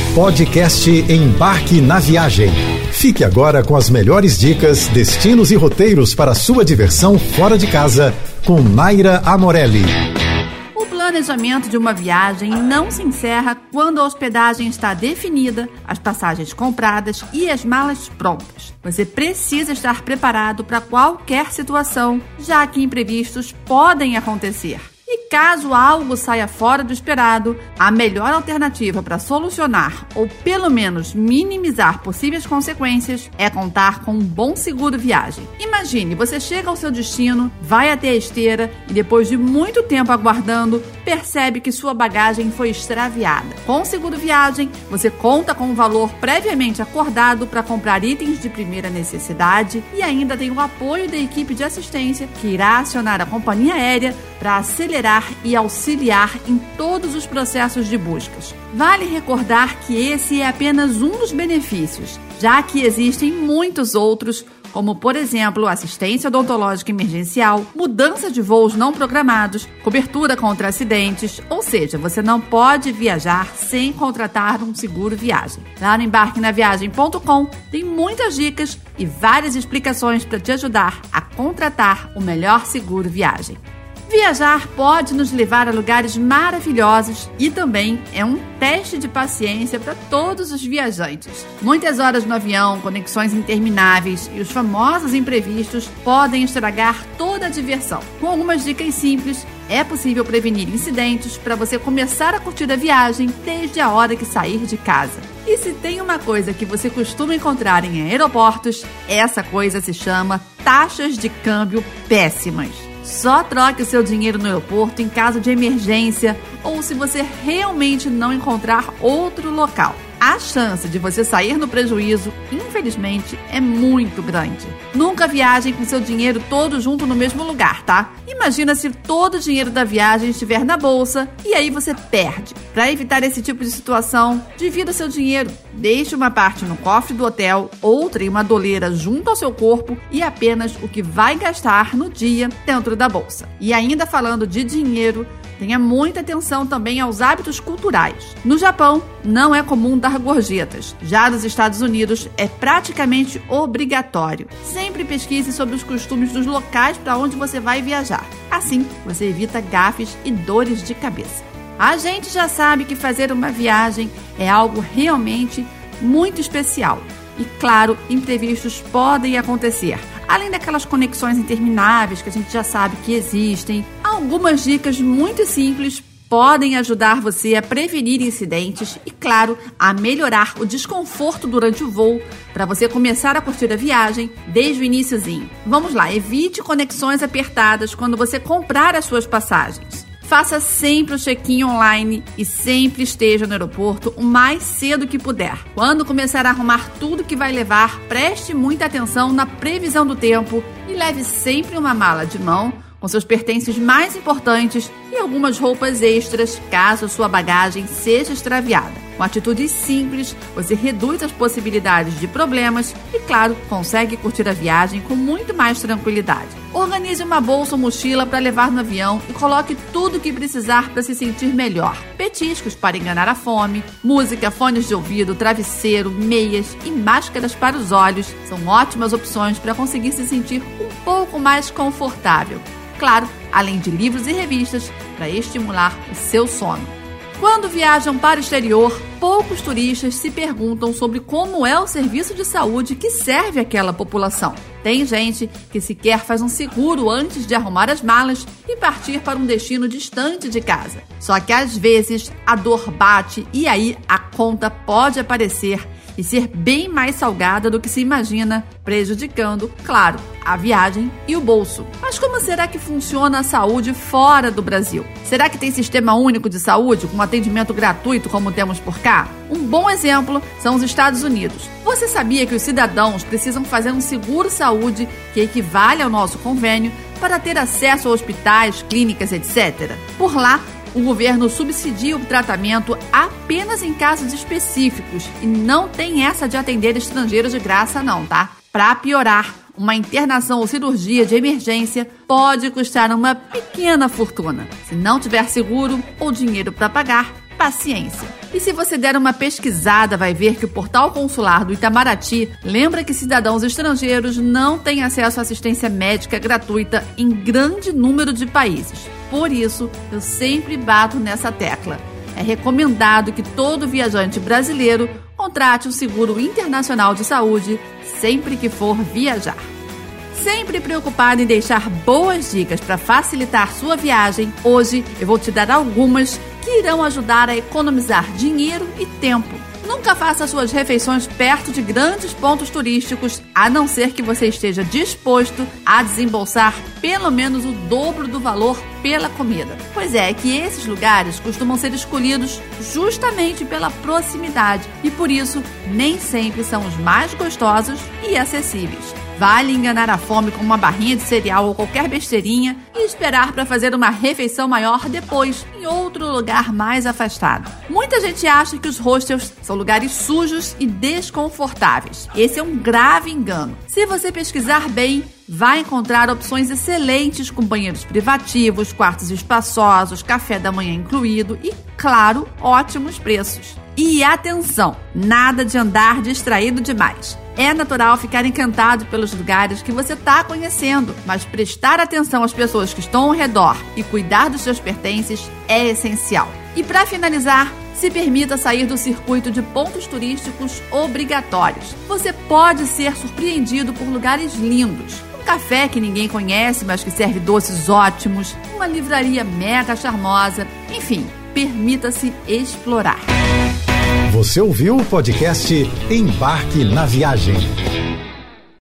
Podcast Embarque na Viagem. Fique agora com as melhores dicas, destinos e roteiros para a sua diversão fora de casa, com Naira Amorelli. O planejamento de uma viagem não se encerra quando a hospedagem está definida, as passagens compradas e as malas prontas. Você precisa estar preparado para qualquer situação, já que imprevistos podem acontecer. E caso algo saia fora do esperado, a melhor alternativa para solucionar ou pelo menos minimizar possíveis consequências é contar com um bom seguro viagem. Imagine, você chega ao seu destino, vai até a esteira e depois de muito tempo aguardando, percebe que sua bagagem foi extraviada. Com o seguro viagem, você conta com um valor previamente acordado para comprar itens de primeira necessidade e ainda tem o apoio da equipe de assistência que irá acionar a companhia aérea para acelerar e auxiliar em todos os processos de buscas. Vale recordar que esse é apenas um dos benefícios, já que existem muitos outros, como, por exemplo, assistência odontológica emergencial, mudança de voos não programados, cobertura contra acidentes, ou seja, você não pode viajar sem contratar um seguro viagem. Lá no embarquenaviagem.com tem muitas dicas e várias explicações para te ajudar a contratar o melhor seguro viagem. Viajar pode nos levar a lugares maravilhosos e também é um teste de paciência para todos os viajantes. Muitas horas no avião, conexões intermináveis e os famosos imprevistos podem estragar toda a diversão. Com algumas dicas simples, é possível prevenir incidentes para você começar a curtir a viagem desde a hora que sair de casa. E se tem uma coisa que você costuma encontrar em aeroportos, essa coisa se chama taxas de câmbio péssimas. Só troque o seu dinheiro no aeroporto em caso de emergência ou se você realmente não encontrar outro local. A chance de você sair no prejuízo, infelizmente, é muito grande. Nunca viajem com seu dinheiro todo junto no mesmo lugar, tá? Imagina se todo o dinheiro da viagem estiver na bolsa e aí você perde. Para evitar esse tipo de situação, divida seu dinheiro. Deixe uma parte no cofre do hotel, outra em uma doleira junto ao seu corpo e apenas o que vai gastar no dia dentro da bolsa. E ainda falando de dinheiro, tenha muita atenção também aos hábitos culturais. No Japão, não é comum dar gorjetas. Já nos Estados Unidos, é praticamente obrigatório. Sempre pesquise sobre os costumes dos locais para onde você vai viajar. Assim, você evita gafes e dores de cabeça. A gente já sabe que fazer uma viagem é algo realmente muito especial. E, claro, imprevistos podem acontecer. Além daquelas conexões intermináveis que a gente já sabe que existem, algumas dicas muito simples podem ajudar você a prevenir incidentes e, claro, a melhorar o desconforto durante o voo para você começar a curtir a viagem desde o iniciozinho. Vamos lá, evite conexões apertadas quando você comprar as suas passagens. Faça sempre o check-in online e sempre esteja no aeroporto o mais cedo que puder. Quando começar a arrumar tudo que vai levar, preste muita atenção na previsão do tempo e leve sempre uma mala de mão com seus pertences mais importantes e algumas roupas extras, caso sua bagagem seja extraviada. Com atitudes simples, você reduz as possibilidades de problemas e, claro, consegue curtir a viagem com muito mais tranquilidade. Organize uma bolsa ou mochila para levar no avião e coloque tudo o que precisar para se sentir melhor. Petiscos para enganar a fome, música, fones de ouvido, travesseiro, meias e máscaras para os olhos são ótimas opções para conseguir se sentir um pouco mais confortável. Claro, além de livros e revistas para estimular o seu sono. Quando viajam para o exterior, poucos turistas se perguntam sobre como é o serviço de saúde que serve àquela população. Tem gente que sequer faz um seguro antes de arrumar as malas e partir para um destino distante de casa. Só que às vezes a dor bate e aí a conta pode aparecer e ser bem mais salgada do que se imagina, prejudicando, claro, a viagem e o bolso. Mas como será que funciona a saúde fora do Brasil? Será que tem sistema único de saúde com atendimento gratuito como temos por cá? Um bom exemplo são os Estados Unidos. Você sabia que os cidadãos precisam fazer um seguro-saúde que equivale ao nosso convênio para ter acesso a hospitais, clínicas, etc.? Por lá, o governo subsidia o tratamento apenas em casos específicos e não tem essa de atender estrangeiros de graça não, tá? Para piorar, uma internação ou cirurgia de emergência pode custar uma pequena fortuna. Se não tiver seguro ou dinheiro para pagar, paciência. E se você der uma pesquisada, vai ver que o portal consular do Itamaraty lembra que cidadãos estrangeiros não têm acesso à assistência médica gratuita em grande número de países. Por isso, eu sempre bato nessa tecla. É recomendado que todo viajante brasileiro contrate um seguro internacional de saúde sempre que for viajar. Sempre preocupado em deixar boas dicas para facilitar sua viagem, hoje eu vou te dar algumas que irão ajudar a economizar dinheiro e tempo. Nunca faça suas refeições perto de grandes pontos turísticos, a não ser que você esteja disposto a desembolsar pelo menos o dobro do valor pela comida. Pois é, que esses lugares costumam ser escolhidos justamente pela proximidade e por isso nem sempre são os mais gostosos e acessíveis. Vale enganar a fome com uma barrinha de cereal ou qualquer besteirinha e esperar para fazer uma refeição maior depois, em outro lugar mais afastado. Muita gente acha que os hostels são lugares sujos e desconfortáveis. Esse é um grave engano. Se você pesquisar bem, vai encontrar opções excelentes com banheiros privativos, quartos espaçosos, café da manhã incluído e, claro, ótimos preços. E atenção, nada de andar distraído demais. É natural ficar encantado pelos lugares que você está conhecendo, mas prestar atenção às pessoas que estão ao redor e cuidar dos seus pertences é essencial. E para finalizar, se permita sair do circuito de pontos turísticos obrigatórios. Você pode ser surpreendido por lugares lindos. Um café que ninguém conhece, mas que serve doces ótimos, uma livraria mega charmosa, enfim, permita-se explorar. Você ouviu o podcast Embarque na Viagem.